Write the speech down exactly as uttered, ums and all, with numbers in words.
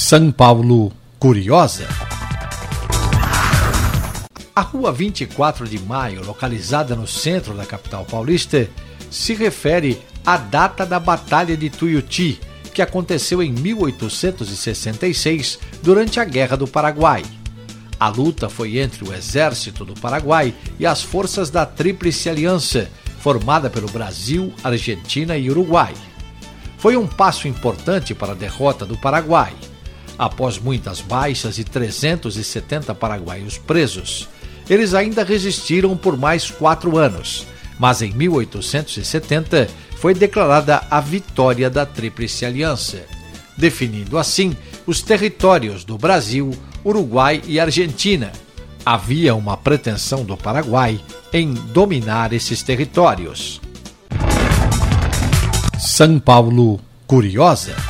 São Paulo Curiosa. A Rua vinte e quatro de Maio, localizada no centro da capital paulista, se refere à data da Batalha de Tuiuti, que aconteceu em mil oitocentos e sessenta e seis, durante a Guerra do Paraguai. A luta foi entre o Exército do Paraguai e as forças da Tríplice Aliança, formada pelo Brasil, Argentina e Uruguai. Foi um passo importante para a derrota do Paraguai. Após muitas baixas e trezentos e setenta paraguaios presos, eles ainda resistiram por mais quatro anos, mas em mil oitocentos e setenta foi declarada a vitória da Tríplice Aliança, definindo assim os territórios do Brasil, Uruguai e Argentina. Havia uma pretensão do Paraguai em dominar esses territórios. São Paulo Curiosa.